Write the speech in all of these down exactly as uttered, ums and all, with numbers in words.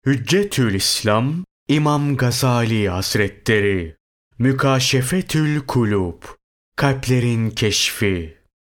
Hüccetül İslam İmam Gazali Hazretleri. Mükaşefetül Kulub, kalplerin keşfi.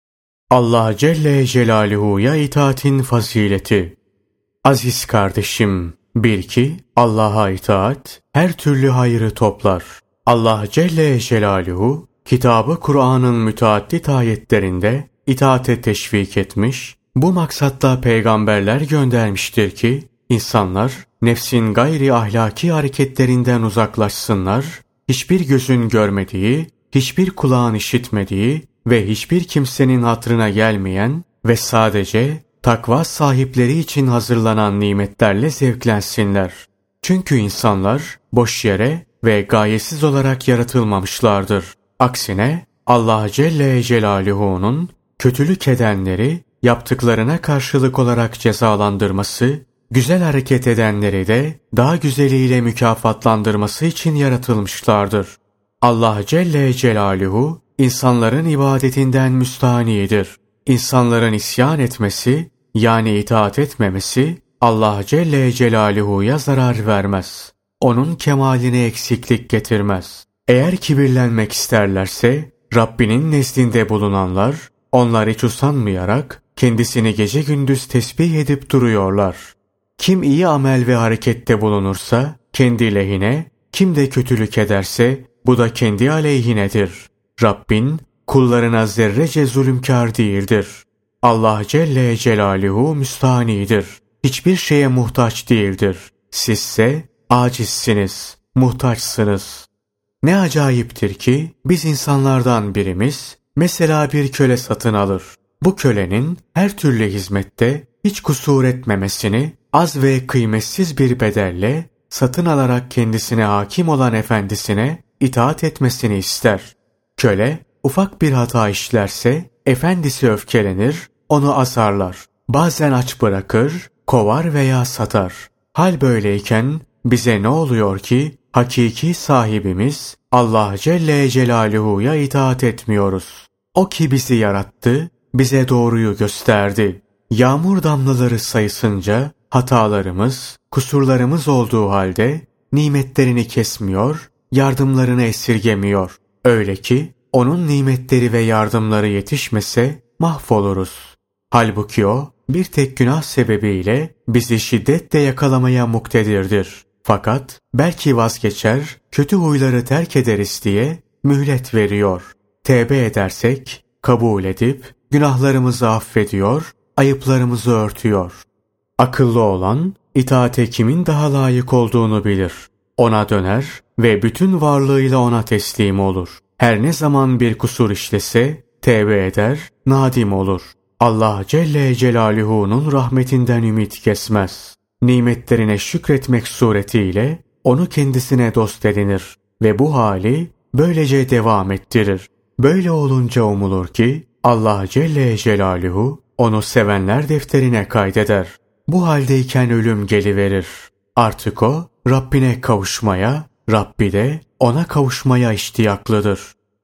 Allah Celle Celaluhu'ya itaatin fazileti. Aziz kardeşim, bil ki Allah'a itaat her türlü hayrı toplar. Allah Celle Celaluhu kitabı Kur'an'ın müteaddit ayetlerinde itaate teşvik etmiş, bu maksatla peygamberler göndermiştir ki insanlar nefsin gayri ahlaki hareketlerinden uzaklaşsınlar, hiçbir gözün görmediği, hiçbir kulağın işitmediği ve hiçbir kimsenin hatırına gelmeyen ve sadece takva sahipleri için hazırlanan nimetlerle zevklensinler. Çünkü insanlar boş yere ve gayesiz olarak yaratılmamışlardır. Aksine Allah Celle Celaluhu'nun kötülük edenleri yaptıklarına karşılık olarak cezalandırması, güzel hareket edenleri de daha güzeliyle mükafatlandırması için yaratılmışlardır. Allah Celle Celaluhu insanların ibadetinden müstahnidir. İnsanların isyan etmesi, yani itaat etmemesi Allah Celle Celaluhu'ya zarar vermez. Onun kemaline eksiklik getirmez. Eğer kibirlenmek isterlerse Rabbinin nezdinde bulunanlar onlar hiç usanmayarak kendisini gece gündüz tesbih edip duruyorlar. Kim iyi amel ve harekette bulunursa kendi lehine, kim de kötülük ederse bu da kendi aleyhinedir. Rabbin kullarına zerrece zulümkar değildir. Allah Celle Celaluhu müstahnidir. Hiçbir şeye muhtaç değildir. Sizse acizsiniz, muhtaçsınız. Ne acayiptir ki biz insanlardan birimiz mesela bir köle satın alır. Bu kölenin her türlü hizmette hiç kusur etmemesini az ve kıymetsiz bir bedelle satın alarak kendisine hakim olan efendisine itaat etmesini ister. Köle ufak bir hata işlerse efendisi öfkelenir, onu azarlar. Bazen aç bırakır, kovar veya satar. Hal böyleyken bize ne oluyor ki hakiki sahibimiz Allah Celle Celaluhu'ya itaat etmiyoruz. O ki bizi yarattı, bize doğruyu gösterdi. Yağmur damlaları sayısınca hatalarımız, kusurlarımız olduğu halde nimetlerini kesmiyor, yardımlarını esirgemiyor. Öyle ki onun nimetleri ve yardımları yetişmese mahvoluruz. Halbuki o bir tek günah sebebiyle bizi şiddetle yakalamaya muktedirdir. Fakat belki vazgeçer, kötü huyları terk ederiz diye mühlet veriyor. Tevbe edersek kabul edip günahlarımızı affediyor, ayıplarımızı örtüyor. Akıllı olan itaate kimin daha layık olduğunu bilir. Ona döner ve bütün varlığıyla ona teslim olur. Her ne zaman bir kusur işlese tevbe eder, nadim olur. Allah Celle Celaluhu'nun rahmetinden ümit kesmez. Nimetlerine şükretmek suretiyle onu kendisine dost edinir ve bu hali böylece devam ettirir. Böyle olunca umulur ki Allah Celle Celaluhu onu sevenler defterine kaydeder. Bu haldeyken ölüm geliverir. Artık o Rabbine kavuşmaya, Rabbi de ona kavuşmaya iştiyaklıdır.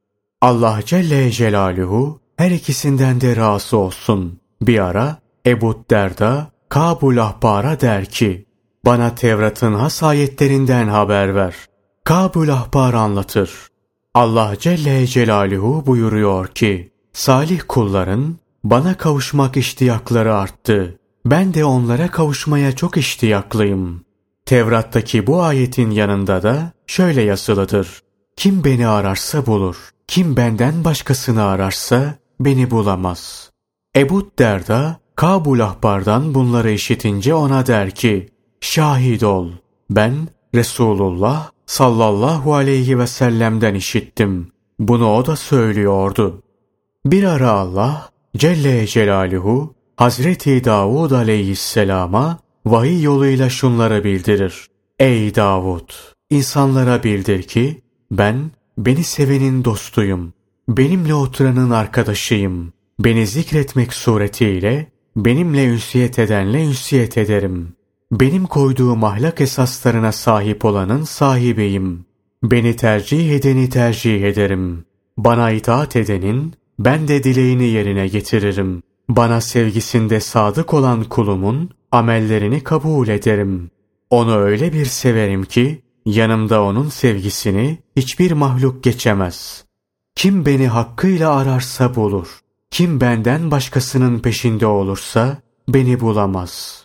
Allah Celle Celaluhu her ikisinden de razı olsun. Bir ara Ebu Derda Kâbul Ahbar'a der ki, bana Tevrat'ın has ayetlerinden haber ver. Kâbul Ahbar anlatır. Allah Celle Celaluhu buyuruyor ki, salih kulların bana kavuşmak iştiyakları arttı. Ben de onlara kavuşmaya çok iştiyaklıyım. Tevrat'taki bu ayetin yanında da şöyle yazılıdır. Kim beni ararsa bulur. Kim benden başkasını ararsa beni bulamaz. Ebu Derda Kâbul Ahbar'dan bunları işitince ona der ki, şahit ol. Ben Resulullah sallallahu aleyhi ve sellem'den işittim. Bunu o da söylüyordu. Bir ara Allah Celle Celaluhu Hazreti Davud aleyhisselama vahiy yoluyla şunları bildirir. Ey Davud! İnsanlara bildir ki ben beni sevenin dostuyum. Benimle oturanın arkadaşıyım. Beni zikretmek suretiyle benimle ünsiyet edenle ünsiyet ederim. Benim koyduğum ahlak esaslarına sahip olanın sahibiyim. Beni tercih edeni tercih ederim. Bana itaat edenin ben de dileğini yerine getiririm. Bana sevgisinde sadık olan kulumun amellerini kabul ederim. Onu öyle bir severim ki yanımda onun sevgisini hiçbir mahluk geçemez. Kim beni hakkıyla ararsa bulur. Kim benden başkasının peşinde olursa beni bulamaz.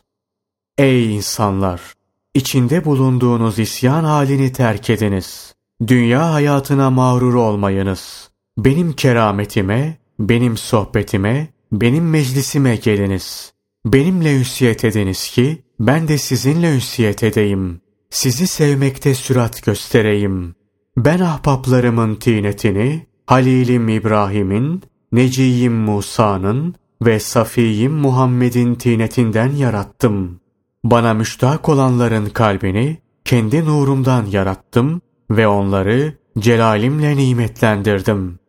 Ey insanlar! İçinde bulunduğunuz isyan halini terk ediniz. Dünya hayatına mağrur olmayınız. Benim kerametime, benim sohbetime, benim meclisime geliniz. Benimle ünsiyet ediniz ki ben de sizinle ünsiyet edeyim. Sizi sevmekte sürat göstereyim. Ben ahbaplarımın tinetini, Halilim İbrahim'in, Neciyim Musa'nın ve Safiyim Muhammed'in tinetinden yarattım. Bana müştak olanların kalbini kendi nurumdan yarattım ve onları celalimle nimetlendirdim.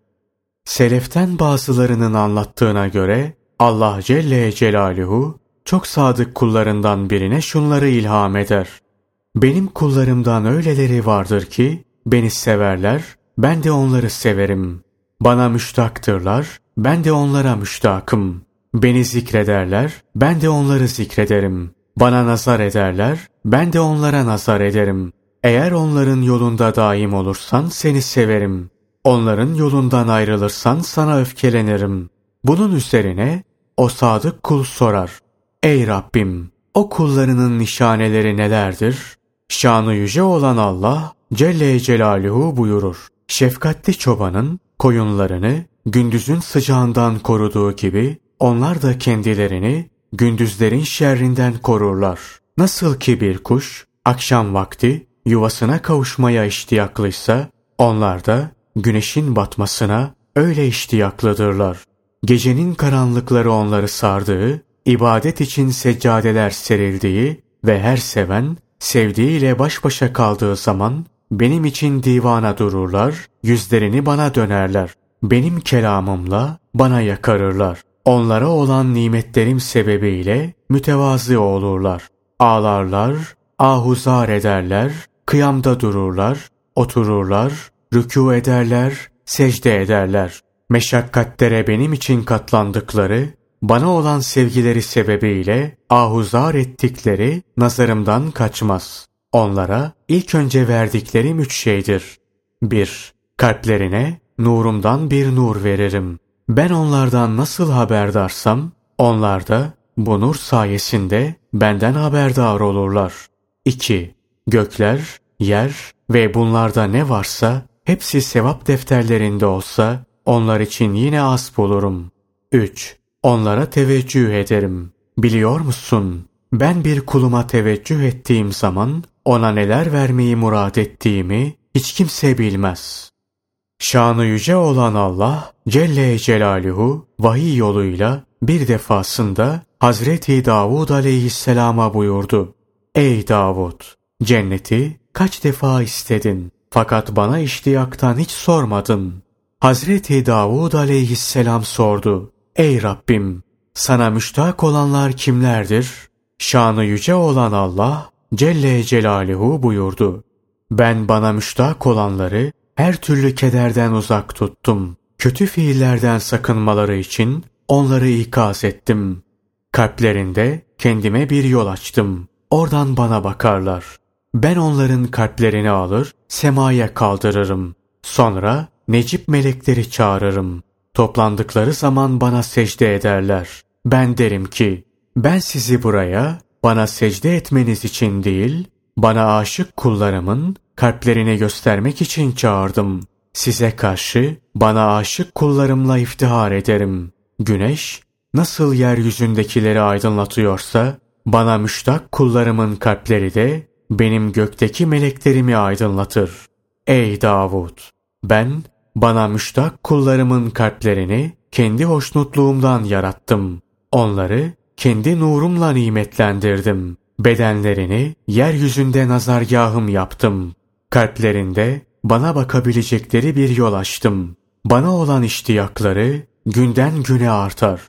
Seleften bazılarının anlattığına göre Allah Celle Celaluhu çok sadık kullarından birine şunları ilham eder. Benim kullarımdan öyleleri vardır ki beni severler, ben de onları severim. Bana müştaktırlar, ben de onlara müştakım. Beni zikrederler, ben de onları zikrederim. Bana nazar ederler, ben de onlara nazar ederim. Eğer onların yolunda daim olursan seni severim. Onların yolundan ayrılırsan sana öfkelenirim. Bunun üzerine o sadık kul sorar. Ey Rabbim! O kullarının nişaneleri nelerdir? Şanı yüce olan Allah Celle Celaluhu buyurur. Şefkatli çobanın koyunlarını gündüzün sıcağından koruduğu gibi onlar da kendilerini gündüzlerin şerrinden korurlar. Nasıl ki bir kuş akşam vakti yuvasına kavuşmaya iştiyaklıysa onlar da güneşin batmasına öyle iştiyaklıdırlar. Gecenin karanlıkları onları sardığı, ibadet için seccadeler serildiği ve her seven sevdiğiyle baş başa kaldığı zaman benim için divana dururlar, yüzlerini bana dönerler. Benim kelamımla bana yakarırlar. Onlara olan nimetlerim sebebiyle mütevazı olurlar. Ağlarlar, ahuzar ederler, kıyamda dururlar, otururlar, rükû ederler, secde ederler. Meşakkatlere benim için katlandıkları, bana olan sevgileri sebebiyle ahuzar ettikleri nazarımdan kaçmaz. Onlara ilk önce verdiklerim üç şeydir. bir. Kalplerine nurumdan bir nur veririm. Ben onlardan nasıl haberdarsam, onlar da bu nur sayesinde benden haberdar olurlar. iki. Gökler, yer ve bunlarda ne varsa hepsi sevap defterlerinde olsa onlar için yine az bulurum. üç. Onlara teveccüh ederim. Biliyor musun? Ben bir kuluma teveccüh ettiğim zaman ona neler vermeyi murad ettiğimi hiç kimse bilmez. Şanı yüce olan Allah Celle Celaluhu vahiy yoluyla bir defasında Hazreti Davud aleyhisselama buyurdu. Ey Davud! Cenneti kaç defa istedin fakat bana iştiyaktan hiç sormadın. Hazreti Davud aleyhisselam sordu. Ey Rabbim! Sana müştak olanlar kimlerdir? Şanı yüce olan Allah Celle Celaluhu buyurdu. Ben bana müştak olanları her türlü kederden uzak tuttum. Kötü fiillerden sakınmaları için onları ikaz ettim. Kalplerinde kendime bir yol açtım. Oradan bana bakarlar. Ben onların kalplerini alır, semaya kaldırırım. Sonra Necip melekleri çağırırım. Toplandıkları zaman bana secde ederler. Ben derim ki, ben sizi buraya bana secde etmeniz için değil, bana aşık kullarımın kalplerini göstermek için çağırdım. Size karşı bana aşık kullarımla iftihar ederim. Güneş nasıl yeryüzündekileri aydınlatıyorsa, bana müştak kullarımın kalpleri de benim gökteki meleklerimi aydınlatır. Ey Davud! Ben bana müştak kullarımın kalplerini kendi hoşnutluğumdan yarattım. Onları kendi nurumla nimetlendirdim. Bedenlerini yeryüzünde nazargahım yaptım. Kalplerinde bana bakabilecekleri bir yol açtım. Bana olan iştiyakları günden güne artar.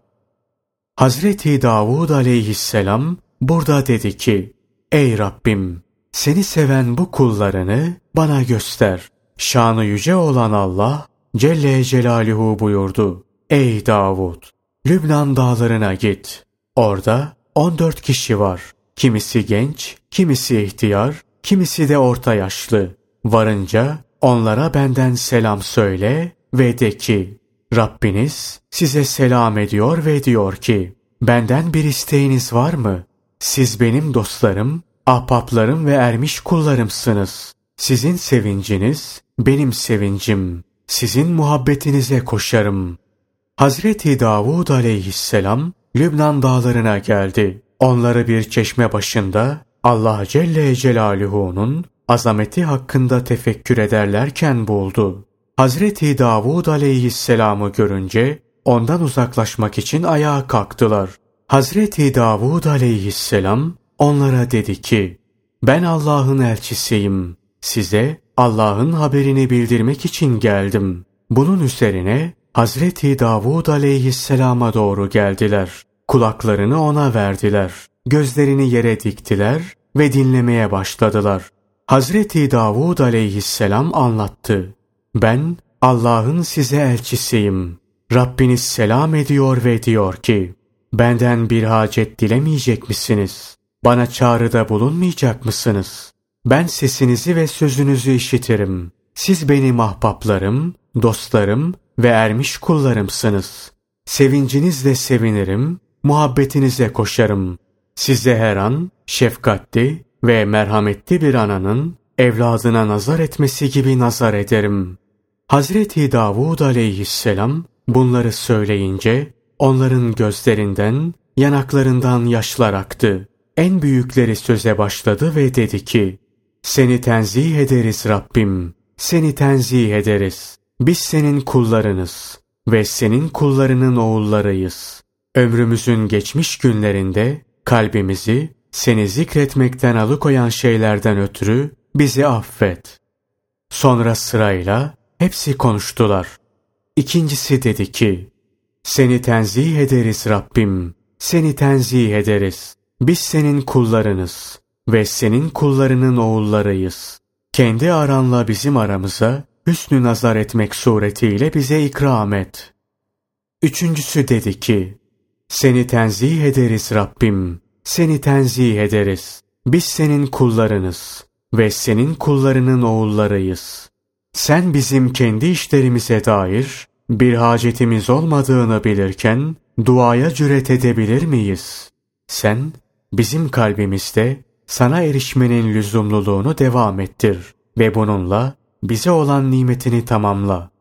Hazreti Davud aleyhisselam burada dedi ki, Ey Rabbim! Seni seven bu kullarını bana göster. Şanı yüce olan Allah Celle Celaluhu buyurdu. Ey Davud! Lübnan dağlarına git. Orada on dört kişi var. Kimisi genç, kimisi ihtiyar, kimisi de orta yaşlı. Varınca onlara benden selam söyle ve de ki, Rabbiniz size selam ediyor ve diyor ki, benden bir isteğiniz var mı? Siz benim dostlarım, ahbaplarım ve ermiş kullarımsınız. Sizin sevinciniz benim sevincim. Sizin muhabbetinize koşarım. Hazreti Davud aleyhisselam Lübnan dağlarına geldi. Onları bir çeşme başında Allah Celle Celaluhu'nun azameti hakkında tefekkür ederlerken buldu. Hazreti Davud aleyhisselamı görünce ondan uzaklaşmak için ayağa kalktılar. Hazreti Davud aleyhisselam onlara dedi ki, ben Allah'ın elçisiyim. Size Allah'ın haberini bildirmek için geldim. Bunun üzerine Hazreti Davud aleyhisselama doğru geldiler. Kulaklarını ona verdiler. Gözlerini yere diktiler ve dinlemeye başladılar. Hazreti Davud aleyhisselam anlattı. Ben Allah'ın size elçisiyim. Rabbiniz selam ediyor ve diyor ki, benden bir hacet dilemeyecek misiniz? Bana çağrıda bulunmayacak mısınız? Ben sesinizi ve sözünüzü işitirim. Siz benim ahbaplarım, dostlarım ve ermiş kullarımsınız. Sevincinizle sevinirim, muhabbetinize koşarım. Size her an şefkatli ve merhametli bir ananın evladına nazar etmesi gibi nazar ederim. Hazreti Davud aleyhisselam bunları söyleyince onların gözlerinden, yanaklarından yaşlar aktı. En büyükleri söze başladı ve dedi ki, seni tenzih ederiz Rabbim, seni tenzih ederiz. Biz senin kullarınız ve senin kullarının oğullarıyız. Ömrümüzün geçmiş günlerinde kalbimizi seni zikretmekten alıkoyan şeylerden ötürü bizi affet. Sonra sırayla hepsi konuştular. İkincisi dedi ki, seni tenzih ederiz Rabbim, seni tenzih ederiz. Biz senin kullarınız ve senin kullarının oğullarıyız. Kendi aranla bizim aramıza hüsnü nazar etmek suretiyle bize ikram et. Üçüncüsü dedi ki, seni tenzih ederiz Rabbim, seni tenzih ederiz. Biz senin kullarınız ve senin kullarının oğullarıyız. Sen bizim kendi işlerimize dair bir hacetimiz olmadığını bilirken duaya cüret edebilir miyiz? Sen bizim kalbimizde sana erişmenin lüzumluluğunu devam ettir ve bununla bize olan nimetini tamamla.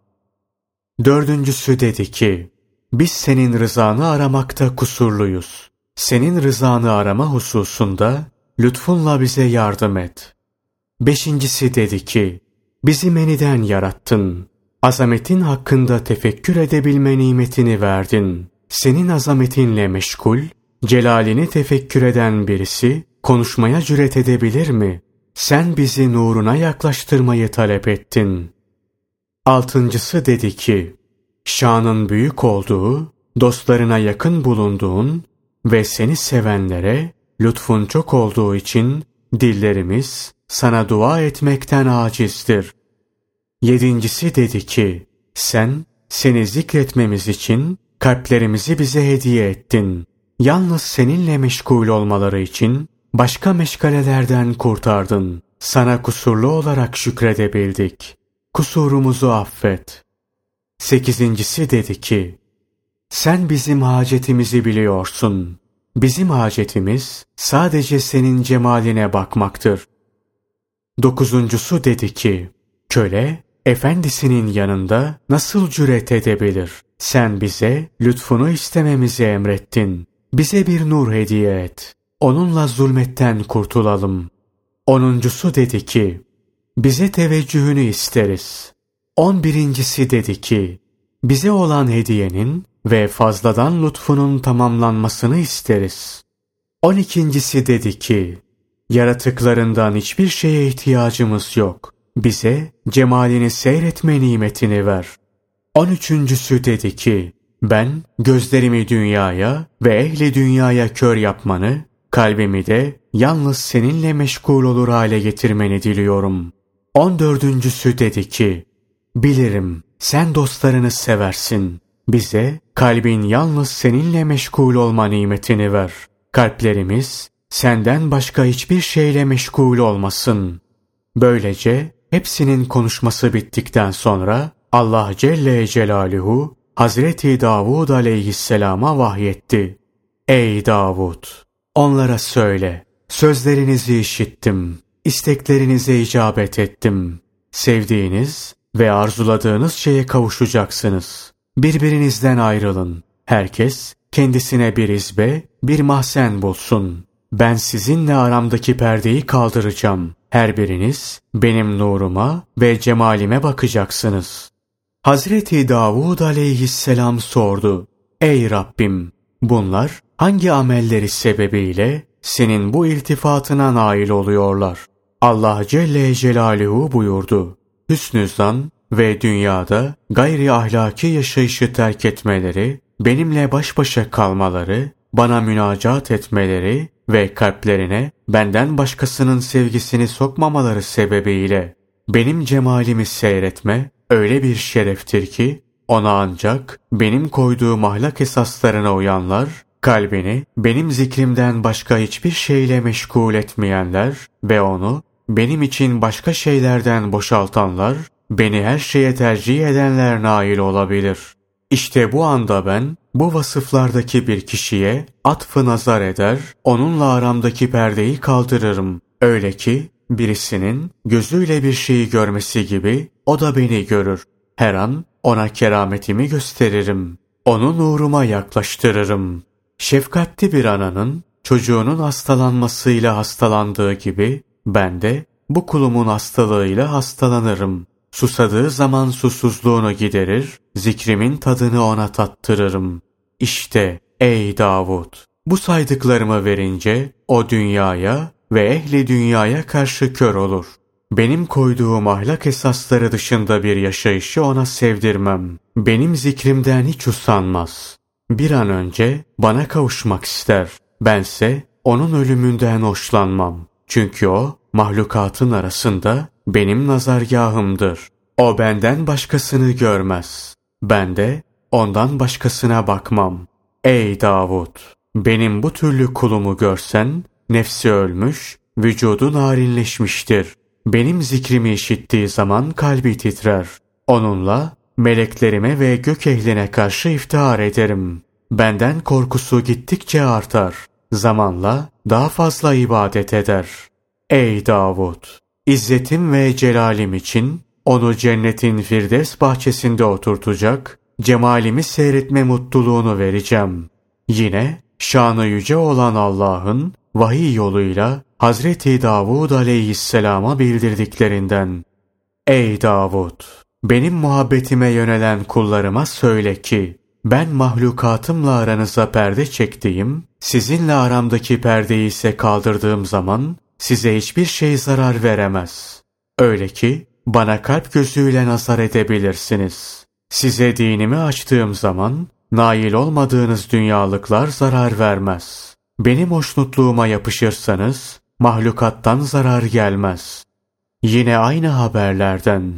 Dördüncüsü dedi ki, biz senin rızanı aramakta kusurluyuz. Senin rızanı arama hususunda lütfunla bize yardım et. Beşincisi dedi ki, bizi meniden yarattın. Azametin hakkında tefekkür edebilme nimetini verdin. Senin azametinle meşgul, celalini tefekkür eden birisi konuşmaya cüret edebilir mi? Sen bizi nuruna yaklaştırmayı talep ettin. Altıncısı dedi ki, şanın büyük olduğu, dostlarına yakın bulunduğun ve seni sevenlere lütfun çok olduğu için dillerimiz sana dua etmekten acizdir. Yedincisi dedi ki, sen seni zikretmemiz için kalplerimizi bize hediye ettin. Yalnız seninle meşgul olmaları için başka meşgalelerden kurtardın. Sana kusurlu olarak şükredebildik. Kusurumuzu affet. Sekizincisi dedi ki, sen bizim hacetimizi biliyorsun. Bizim hacetimiz sadece senin cemaline bakmaktır. Dokuzuncusu dedi ki, köle efendisinin yanında nasıl cüret edebilir? Sen bize lütfunu istememizi emrettin. Bize bir nur hediye et. Onunla zulmetten kurtulalım. Onuncusu dedi ki, bize teveccühünü isteriz. On birincisi dedi ki, bize olan hediyenin ve fazladan lütfunun tamamlanmasını isteriz. On ikincisi dedi ki, yaratıklarından hiçbir şeye ihtiyacımız yok. Bize cemalini seyretme nimetini ver. On üçüncüsü dedi ki, ben gözlerimi dünyaya ve ehli dünyaya kör yapmanı, kalbimi de yalnız seninle meşgul olur hale getirmeni diliyorum. On dördüncüsü dedi ki, bilirim sen dostlarını seversin. Bize kalbin yalnız seninle meşgul olma nimetini ver. Kalplerimiz senden başka hiçbir şeyle meşgul olmasın. Böylece hepsinin konuşması bittikten sonra Allah Celle Celaluhu Hazreti Davud aleyhisselama vahyetti. Ey Davud! Onlara söyle, sözlerinizi işittim, isteklerinize icabet ettim. Sevdiğiniz ve arzuladığınız şeye kavuşacaksınız. Birbirinizden ayrılın. Herkes kendisine bir izbe, bir mahzen bulsun. Ben sizinle aramdaki perdeyi kaldıracağım. Her biriniz benim nuruma ve cemalime bakacaksınız. Hazreti Davud aleyhisselam sordu. Ey Rabbim! Bunlar hangi amelleri sebebiyle senin bu iltifatına nail oluyorlar? Allah Celle Celaluhu buyurdu. Hüsnü zan ve dünyada gayri ahlaki yaşayışı terk etmeleri, benimle baş başa kalmaları, bana münacat etmeleri ve kalplerine benden başkasının sevgisini sokmamaları sebebiyle benim cemalimi seyretme öyle bir şereftir ki ona ancak benim koyduğum ahlak esaslarına uyanlar, kalbini benim zikrimden başka hiçbir şeyle meşgul etmeyenler ve onu benim için başka şeylerden boşaltanlar, beni her şeye tercih edenler nail olabilir. İşte bu anda ben bu vasıflardaki bir kişiye atfı nazar eder, onunla aramdaki perdeyi kaldırırım. Öyle ki birisinin gözüyle bir şeyi görmesi gibi o da beni görür. Her an ona kerametimi gösteririm. Onu nuruma yaklaştırırım. Şefkatli bir ananın çocuğunun hastalanmasıyla hastalandığı gibi ben de bu kulumun hastalığıyla hastalanırım. Susadığı zaman susuzluğunu giderir, zikrimin tadını ona tattırırım. İşte ey Davud! Bu saydıklarımı verince o dünyaya ve ehli dünyaya karşı kör olur. Benim koyduğum ahlak esasları dışında bir yaşayışı ona sevdirmem. Benim zikrimden hiç usanmaz. Bir an önce bana kavuşmak ister. Bense onun ölümünden hoşlanmam. Çünkü o mahlukatın arasında benim nazargahımdır. O benden başkasını görmez. Ben de ondan başkasına bakmam. Ey Davud! Benim bu türlü kulumu görsen, nefsi ölmüş, vücudu narinleşmiştir. Benim zikrimi işittiği zaman kalbi titrer. Onunla meleklerime ve gök ehline karşı iftihar ederim. Benden korkusu gittikçe artar. Zamanla daha fazla ibadet eder. Ey Davud! İzzetim ve celalim için onu cennetin Firdevs bahçesinde oturtacak, cemalimi seyretme mutluluğunu vereceğim. Yine şanı yüce olan Allah'ın vahiy yoluyla Hazreti Davud aleyhisselama bildirdiklerinden. Ey Davud! Benim muhabbetime yönelen kullarıma söyle ki, ben mahlukatımla aranıza perde çektiğim, sizinle aramdaki perdeyi ise kaldırdığım zaman, size hiçbir şey zarar veremez. Öyle ki, bana kalp gözüyle nazar edebilirsiniz. Size dinimi açtığım zaman, nail olmadığınız dünyalıklar zarar vermez. Benim hoşnutluğuma yapışırsanız, mahlukattan zarar gelmez. Yine aynı haberlerden.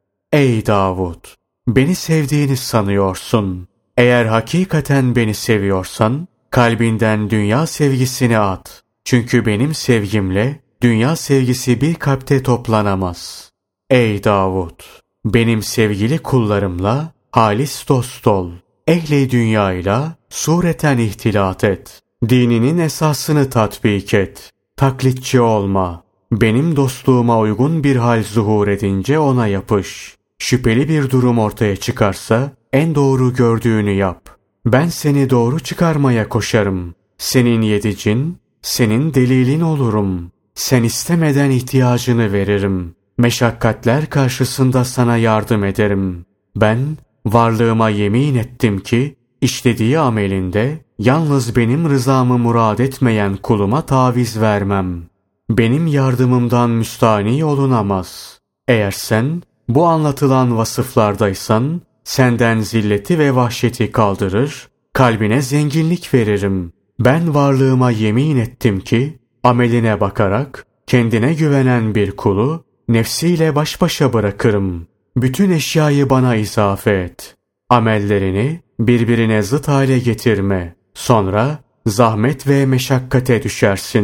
Ey Davud! Beni sevdiğini sanıyorsun. Eğer hakikaten beni seviyorsan, kalbinden dünya sevgisini at. Çünkü benim sevgimle dünya sevgisi bir kalpte toplanamaz. Ey Davud! Benim sevgili kullarımla halis dost ol. Ehli dünyayla sureten ihtilat et. Dininin esasını tatbik et. Taklitçi olma. Benim dostluğuma uygun bir hal zuhur edince ona yapış. Şüpheli bir durum ortaya çıkarsa en doğru gördüğünü yap. Ben seni doğru çıkarmaya koşarım. Senin yedicin, senin delilin olurum. Sen istemeden ihtiyacını veririm. Meşakkatler karşısında sana yardım ederim. Ben varlığıma yemin ettim ki, işlediği amelinde yalnız benim rızamı murad etmeyen kuluma taviz vermem. Benim yardımımdan müstahni olunamaz. Eğer sen bu anlatılan vasıflardaysan, senden zilleti ve vahşeti kaldırır, kalbine zenginlik veririm. Ben varlığıma yemin ettim ki, ameline bakarak kendine güvenen bir kulu nefsiyle baş başa bırakırım. Bütün eşyayı bana izafe et. Amellerini birbirine zıt hale getirme. Sonra zahmet ve meşakkate düşersin.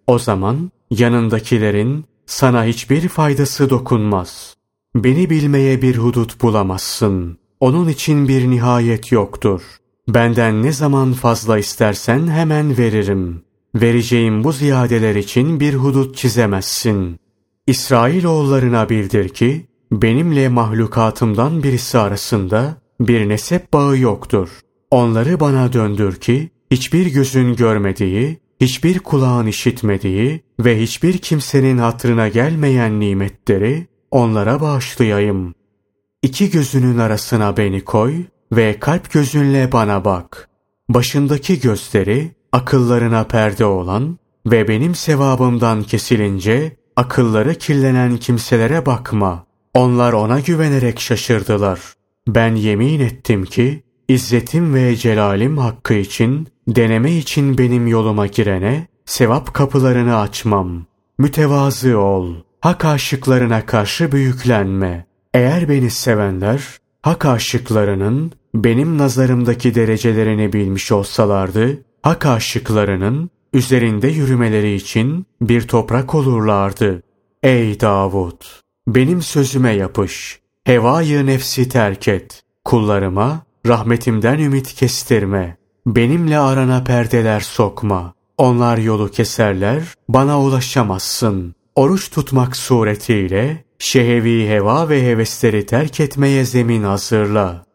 O zaman yanındakilerin sana hiçbir faydası dokunmaz. Beni bilmeye bir hudut bulamazsın. Onun için bir nihayet yoktur. Benden ne zaman fazla istersen hemen veririm. Vereceğim bu ziyadeler için bir hudut çizemezsin. İsrailoğullarına bildir ki, benimle mahlukatımdan birisi arasında bir nesep bağı yoktur. Onları bana döndür ki, hiçbir gözün görmediği, hiçbir kulağın işitmediği ve hiçbir kimsenin hatırına gelmeyen nimetleri onlara bağışlayayım. İki gözünün arasına beni koy ve kalp gözünle bana bak. Başındaki gözleri akıllarına perde olan ve benim sevabımdan kesilince akılları kirlenen kimselere bakma. Onlar ona güvenerek şaşırdılar. Ben yemin ettim ki İzzetim ve celalim hakkı için, deneme için benim yoluma girene sevap kapılarını açmam. Mütevazı ol. Hak aşıklarına karşı büyüklenme. Eğer beni sevenler, hak aşıklarının benim nazarımdaki derecelerini bilmiş olsalardı, hak aşıklarının üzerinde yürümeleri için bir toprak olurlardı. Ey Davud! Benim sözüme yapış. Hevâ-yı nefsi terk et. Kullarıma rahmetimden ümit kestirme. Benimle arana perdeler sokma. Onlar yolu keserler, bana ulaşamazsın. Oruç tutmak suretiyle şehevi heva ve hevesleri terk etmeye zemin hazırla.